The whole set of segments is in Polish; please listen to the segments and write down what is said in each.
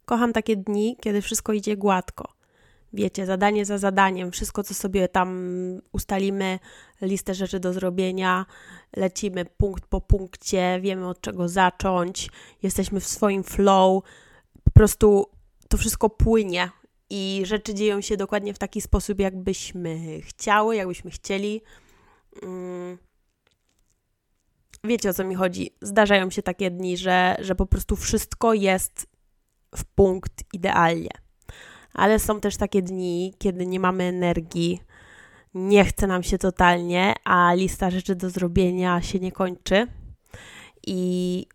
Kocham takie dni, kiedy wszystko idzie gładko. Wiecie, zadanie za zadaniem, wszystko co sobie tam ustalimy, listę rzeczy do zrobienia, lecimy punkt po punkcie, wiemy od czego zacząć, jesteśmy w swoim flow, po prostu to wszystko płynie i rzeczy dzieją się dokładnie w taki sposób, jakbyśmy chciały, jakbyśmy chcieli. Wiecie, o co mi chodzi. Zdarzają się takie dni, że po prostu wszystko jest w punkt idealnie. Ale są też takie dni, kiedy nie mamy energii, nie chce nam się totalnie, a lista rzeczy do zrobienia się nie kończy. I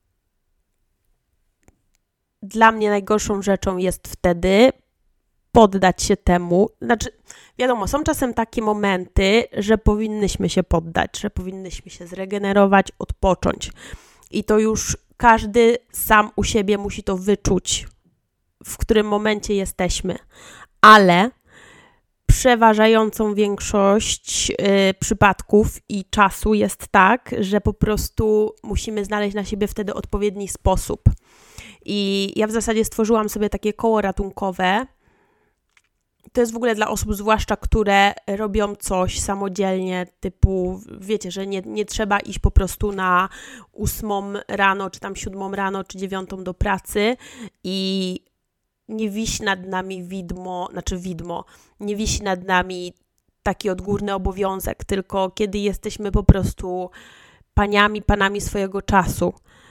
dla mnie najgorszą rzeczą jest wtedy poddać się temu. Znaczy, wiadomo, są czasem takie momenty, że powinnyśmy się poddać, że powinnyśmy się zregenerować, odpocząć. I to już każdy sam u siebie musi to wyczuć, w którym momencie jesteśmy. Ale przeważającą większość przypadków i czasu jest tak, że po prostu musimy znaleźć na siebie wtedy odpowiedni sposób. I ja w zasadzie stworzyłam sobie takie koło ratunkowe. To jest w ogóle dla osób zwłaszcza, które robią coś samodzielnie, typu, wiecie, że nie trzeba iść po prostu na 8 rano, czy tam 7 rano, czy 9 do pracy i nie wisi nad nami widmo, nie wisi nad nami taki odgórny obowiązek, tylko kiedy jesteśmy po prostu panami swojego czasu.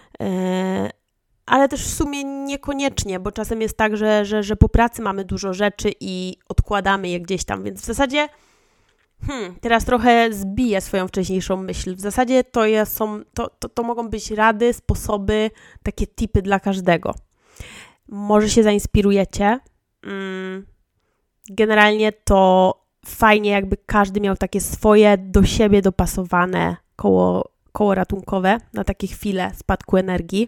Ale też w sumie niekoniecznie, bo czasem jest tak, że po pracy mamy dużo rzeczy i odkładamy je gdzieś tam, więc w zasadzie teraz trochę zbiję swoją wcześniejszą myśl. W zasadzie to mogą być rady, sposoby, takie tipy dla każdego. Może się zainspirujecie. Generalnie to fajnie, jakby każdy miał takie swoje do siebie dopasowane koło ratunkowe na takie chwile spadku energii.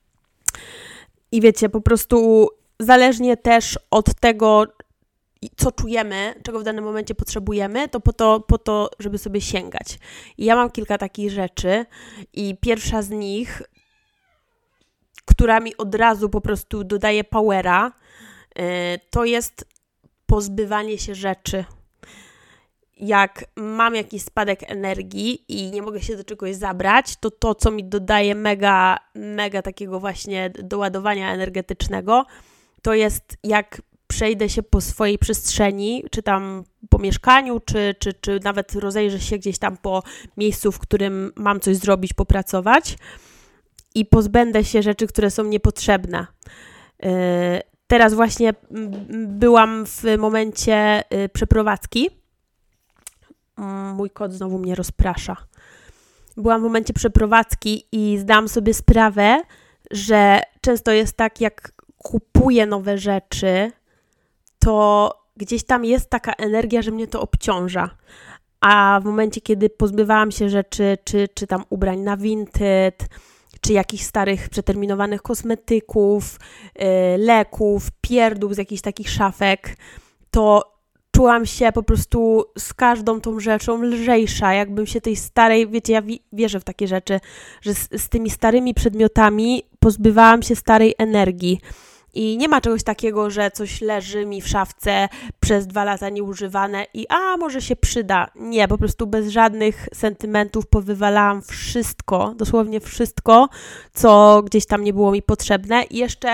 I wiecie, po prostu zależnie też od tego, co czujemy, czego w danym momencie potrzebujemy, to po to, żeby sobie sięgać. I ja mam kilka takich rzeczy i pierwsza z nich, która mi od razu po prostu dodaje powera, to jest pozbywanie się rzeczy. Jak mam jakiś spadek energii i nie mogę się do czegoś zabrać, to co mi dodaje mega takiego właśnie doładowania energetycznego, to jest jak przejdę się po swojej przestrzeni, czy tam po mieszkaniu, czy nawet rozejrzę się gdzieś tam po miejscu, w którym mam coś zrobić, popracować i pozbędę się rzeczy, które są niepotrzebne. Teraz właśnie byłam w momencie przeprowadzki. Mój kot znowu mnie rozprasza. Byłam w momencie przeprowadzki i zdałam sobie sprawę, że często jest tak, jak kupuję nowe rzeczy, to gdzieś tam jest taka energia, że mnie to obciąża. A w momencie, kiedy pozbywałam się rzeczy, czy tam ubrań na Vinted, czy jakichś starych, przeterminowanych kosmetyków, leków, pierdół z jakichś takich szafek, to czułam się po prostu z każdą tą rzeczą lżejsza, jakbym się tej starej, wiecie, ja wierzę w takie rzeczy, że z tymi starymi przedmiotami pozbywałam się starej energii. I nie ma czegoś takiego, że coś leży mi w szafce przez 2 lata nieużywane i może się przyda. Nie, po prostu bez żadnych sentymentów powywalałam wszystko, dosłownie wszystko, co gdzieś tam nie było mi potrzebne. I jeszcze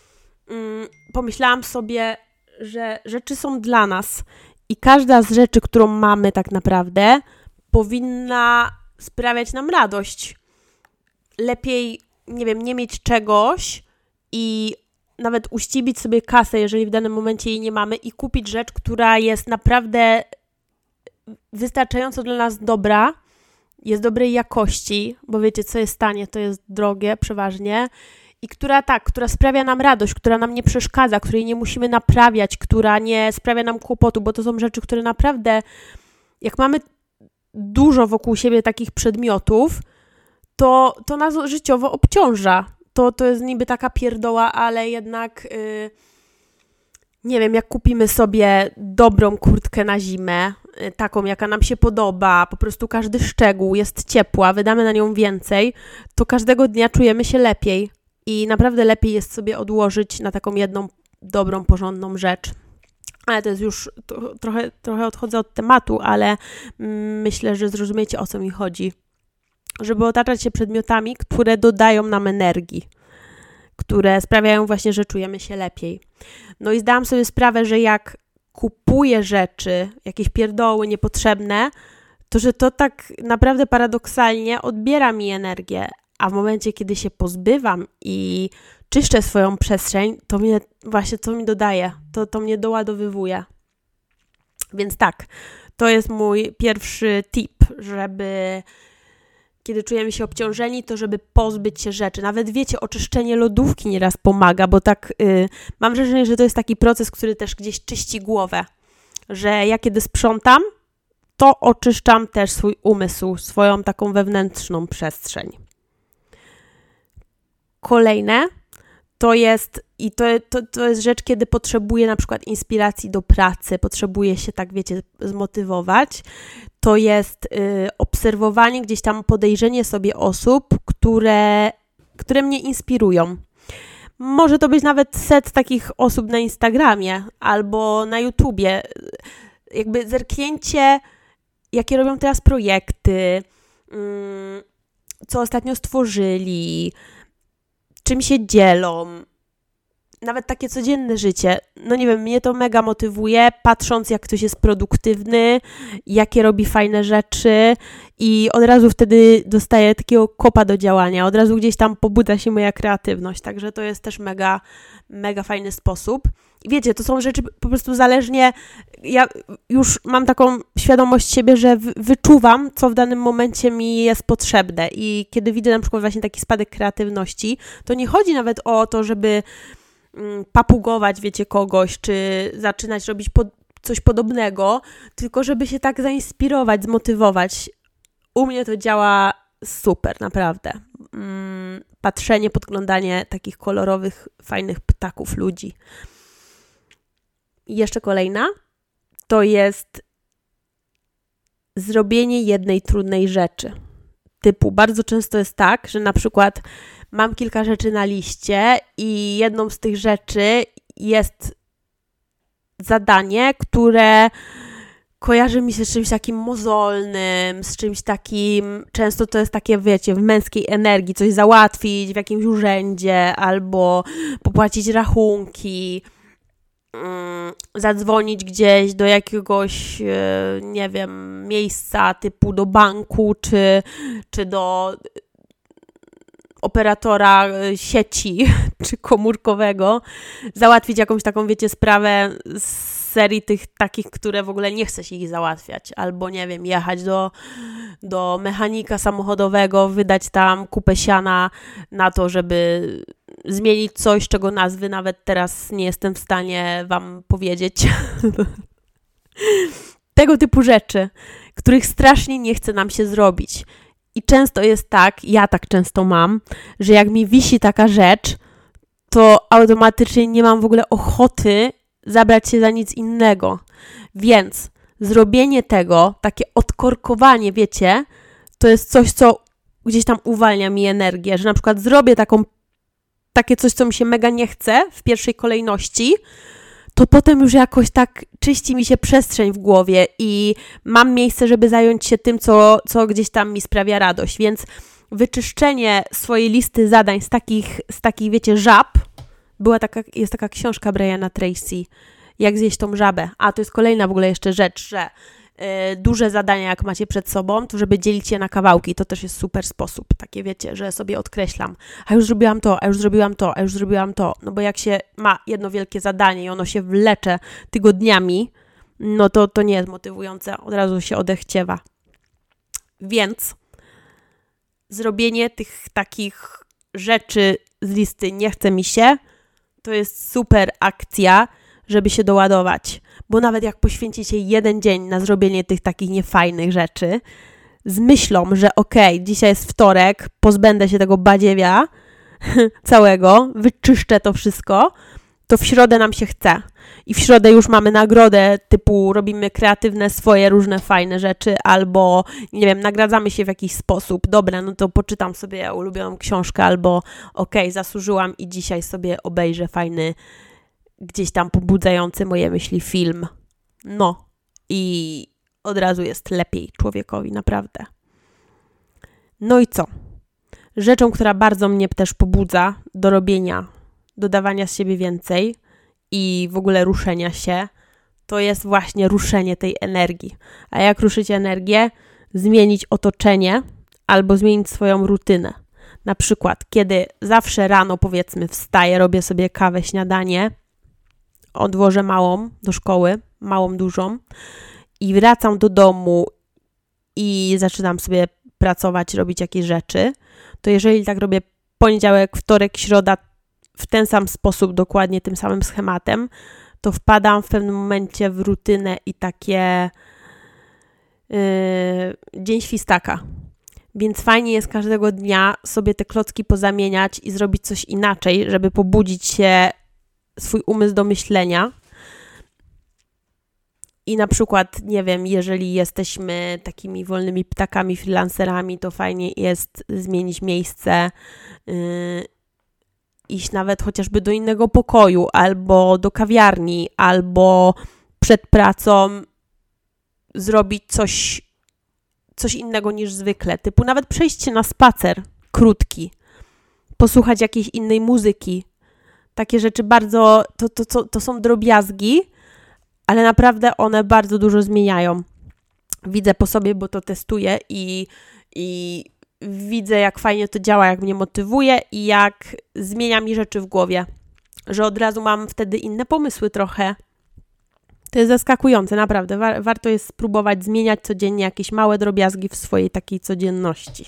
pomyślałam sobie, że rzeczy są dla nas i każda z rzeczy, którą mamy tak naprawdę, powinna sprawiać nam radość. Lepiej, nie wiem, nie mieć czegoś i nawet uścibić sobie kasę, jeżeli w danym momencie jej nie mamy i kupić rzecz, która jest naprawdę wystarczająco dla nas dobra, jest dobrej jakości, bo wiecie, co jest tanie, to jest drogie przeważnie i która sprawia nam radość, która nam nie przeszkadza, której nie musimy naprawiać, która nie sprawia nam kłopotu, bo to są rzeczy, które naprawdę, jak mamy dużo wokół siebie takich przedmiotów, to nas życiowo obciąża. To jest niby taka pierdoła, ale jednak nie wiem, jak kupimy sobie dobrą kurtkę na zimę, taką, jaka nam się podoba, po prostu każdy szczegół jest ciepła, wydamy na nią więcej, to każdego dnia czujemy się lepiej. i naprawdę lepiej jest sobie odłożyć na taką jedną dobrą, porządną rzecz. Ale to jest już, trochę odchodzę od tematu, ale myślę, że zrozumiecie, o co mi chodzi. Żeby otaczać się przedmiotami, które dodają nam energii, które sprawiają właśnie, że czujemy się lepiej. No i zdałam sobie sprawę, że jak kupuję rzeczy, jakieś pierdoły niepotrzebne, to że to tak naprawdę paradoksalnie odbiera mi energię, a w momencie, kiedy się pozbywam i czyszczę swoją przestrzeń, to mnie właśnie to mi dodaje, to mnie doładowywuje. Więc tak, to jest mój pierwszy tip, żeby kiedy czujemy się obciążeni, to żeby pozbyć się rzeczy. Nawet wiecie, oczyszczenie lodówki nieraz pomaga, bo tak mam wrażenie, że to jest taki proces, który też gdzieś czyści głowę, że ja kiedy sprzątam, to oczyszczam też swój umysł, swoją taką wewnętrzną przestrzeń. Kolejne to jest, i to jest rzecz, kiedy potrzebuję na przykład inspiracji do pracy, potrzebuję się tak, wiecie, zmotywować, to jest obserwowanie, gdzieś tam podejrzenie sobie osób, które mnie inspirują. Może to być nawet set takich osób na Instagramie albo na YouTubie. Jakby zerknięcie, jakie robią teraz projekty, co ostatnio stworzyli, czym się dzielą. Nawet takie codzienne życie. No nie wiem, mnie to mega motywuje, patrząc jak ktoś jest produktywny, jakie robi fajne rzeczy i od razu wtedy dostaję takiego kopa do działania. Od razu gdzieś tam pobudza się moja kreatywność, także to jest też mega, mega fajny sposób. I wiecie, to są rzeczy po prostu zależnie, ja już mam taką świadomość siebie, że wyczuwam, co w danym momencie mi jest potrzebne i kiedy widzę na przykład właśnie taki spadek kreatywności, to nie chodzi nawet o to, żeby papugować, wiecie, kogoś, czy zaczynać robić coś podobnego, tylko żeby się tak zainspirować, zmotywować. U mnie to działa super, naprawdę. Patrzenie, podglądanie takich kolorowych, fajnych ptaków, ludzi. I jeszcze kolejna, to jest zrobienie jednej trudnej rzeczy. Typu, bardzo często jest tak, że na przykład mam kilka rzeczy na liście i jedną z tych rzeczy jest zadanie, które kojarzy mi się z czymś takim mozolnym, z czymś takim, często to jest takie, wiecie, w męskiej energii, coś załatwić w jakimś urzędzie albo popłacić rachunki, zadzwonić gdzieś do jakiegoś, nie wiem, miejsca typu do banku czy do operatora sieci czy komórkowego, załatwić jakąś taką, wiecie, sprawę z serii tych takich, które w ogóle nie chce się ich załatwiać, albo nie wiem, jechać do mechanika samochodowego, wydać tam kupę siana na to, żeby zmienić coś, czego nazwy nawet teraz nie jestem w stanie wam powiedzieć. Tego typu rzeczy, których strasznie nie chce nam się zrobić. I często jest tak, ja tak często mam, że jak mi wisi taka rzecz, to automatycznie nie mam w ogóle ochoty zabrać się za nic innego. Więc zrobienie tego, takie odkorkowanie, wiecie, to jest coś, co gdzieś tam uwalnia mi energię, że na przykład zrobię takie coś, co mi się mega nie chce w pierwszej kolejności, to potem już jakoś tak czyści mi się przestrzeń w głowie i mam miejsce, żeby zająć się tym, co gdzieś tam mi sprawia radość. Więc wyczyszczenie swojej listy zadań z takich, wiecie, żab, jest taka książka Briana Tracy, jak zjeść tą żabę. A to jest kolejna w ogóle jeszcze rzecz, że duże zadania, jak macie przed sobą, to żeby dzielić je na kawałki, to też jest super sposób. Takie wiecie, że sobie odkreślam, a już zrobiłam to, a już zrobiłam to, a już zrobiłam to. No bo jak się ma jedno wielkie zadanie i ono się wlecze tygodniami, no to nie jest motywujące, od razu się odechciewa. Więc zrobienie tych takich rzeczy z listy nie chce mi się, to jest super akcja, żeby się doładować. Bo nawet jak poświęcicie jeden dzień na zrobienie tych takich niefajnych rzeczy, z myślą, że okej, dzisiaj jest wtorek, pozbędę się tego badziewia całego, wyczyszczę to wszystko, to w środę nam się chce. I w środę już mamy nagrodę, typu robimy kreatywne swoje różne fajne rzeczy, albo, nie wiem, nagradzamy się w jakiś sposób. Dobra, no to poczytam sobie ulubioną książkę, albo zasłużyłam i dzisiaj sobie obejrzę fajny, gdzieś tam pobudzający moje myśli film. No i od razu jest lepiej człowiekowi, naprawdę. No i co? Rzeczą, która bardzo mnie też pobudza do robienia, dodawania z siebie więcej i w ogóle ruszenia się, to jest właśnie ruszenie tej energii. A jak ruszyć energię? Zmienić otoczenie albo zmienić swoją rutynę. Na przykład, kiedy zawsze rano, powiedzmy, wstaję, robię sobie kawę, śniadanie, odwożę małą do szkoły, małą, dużą i wracam do domu i zaczynam sobie pracować, robić jakieś rzeczy, to jeżeli tak robię poniedziałek, wtorek, środa w ten sam sposób, dokładnie tym samym schematem, to wpadam w pewnym momencie w rutynę i takie dzień świstaka. Więc fajnie jest każdego dnia sobie te klocki pozamieniać i zrobić coś inaczej, żeby pobudzić się swój umysł do myślenia. I na przykład, nie wiem, jeżeli jesteśmy takimi wolnymi ptakami, freelancerami, to fajnie jest zmienić miejsce, iść nawet chociażby do innego pokoju, albo do kawiarni, albo przed pracą zrobić coś innego niż zwykle. Typu nawet przejść się na spacer krótki, posłuchać jakiejś innej muzyki. Takie rzeczy bardzo, to są drobiazgi, ale naprawdę one bardzo dużo zmieniają. Widzę po sobie, bo to testuję i widzę, jak fajnie to działa, jak mnie motywuje i jak zmienia mi rzeczy w głowie. Że od razu mam wtedy inne pomysły trochę. To jest zaskakujące, naprawdę. Warto jest spróbować zmieniać codziennie jakieś małe drobiazgi w swojej takiej codzienności.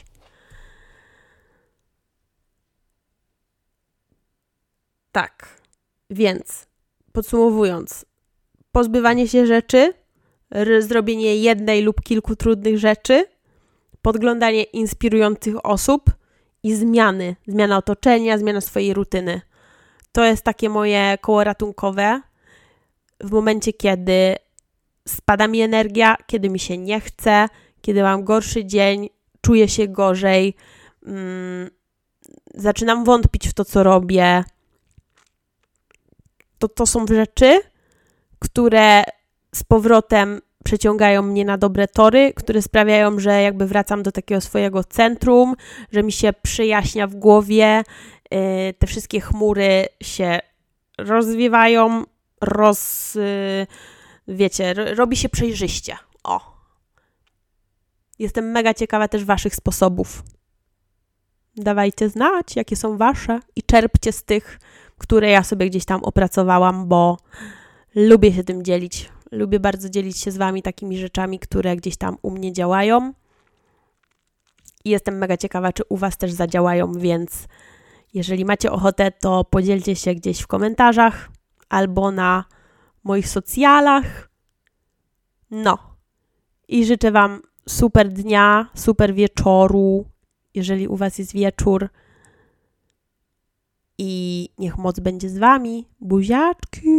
Tak, więc podsumowując, pozbywanie się rzeczy, zrobienie jednej lub kilku trudnych rzeczy, podglądanie inspirujących osób i zmiana otoczenia, zmiana swojej rutyny. To jest takie moje koło ratunkowe w momencie, kiedy spada mi energia, kiedy mi się nie chce, kiedy mam gorszy dzień, czuję się gorzej, zaczynam wątpić w to, co robię. To są rzeczy, które z powrotem przeciągają mnie na dobre tory, które sprawiają, że jakby wracam do takiego swojego centrum, że mi się przyjaśnia w głowie, te wszystkie chmury się rozwiewają, robi się przejrzyście. Jestem mega ciekawa też waszych sposobów. Dawajcie znać, jakie są wasze i czerpcie z tych, które ja sobie gdzieś tam opracowałam, bo lubię się tym dzielić. Lubię bardzo dzielić się z wami takimi rzeczami, które gdzieś tam u mnie działają. I jestem mega ciekawa, czy u was też zadziałają, więc jeżeli macie ochotę, to podzielcie się gdzieś w komentarzach albo na moich socjalach. No. I życzę wam super dnia, super wieczoru, jeżeli u was jest wieczór. I niech moc będzie z wami. Buziaczki!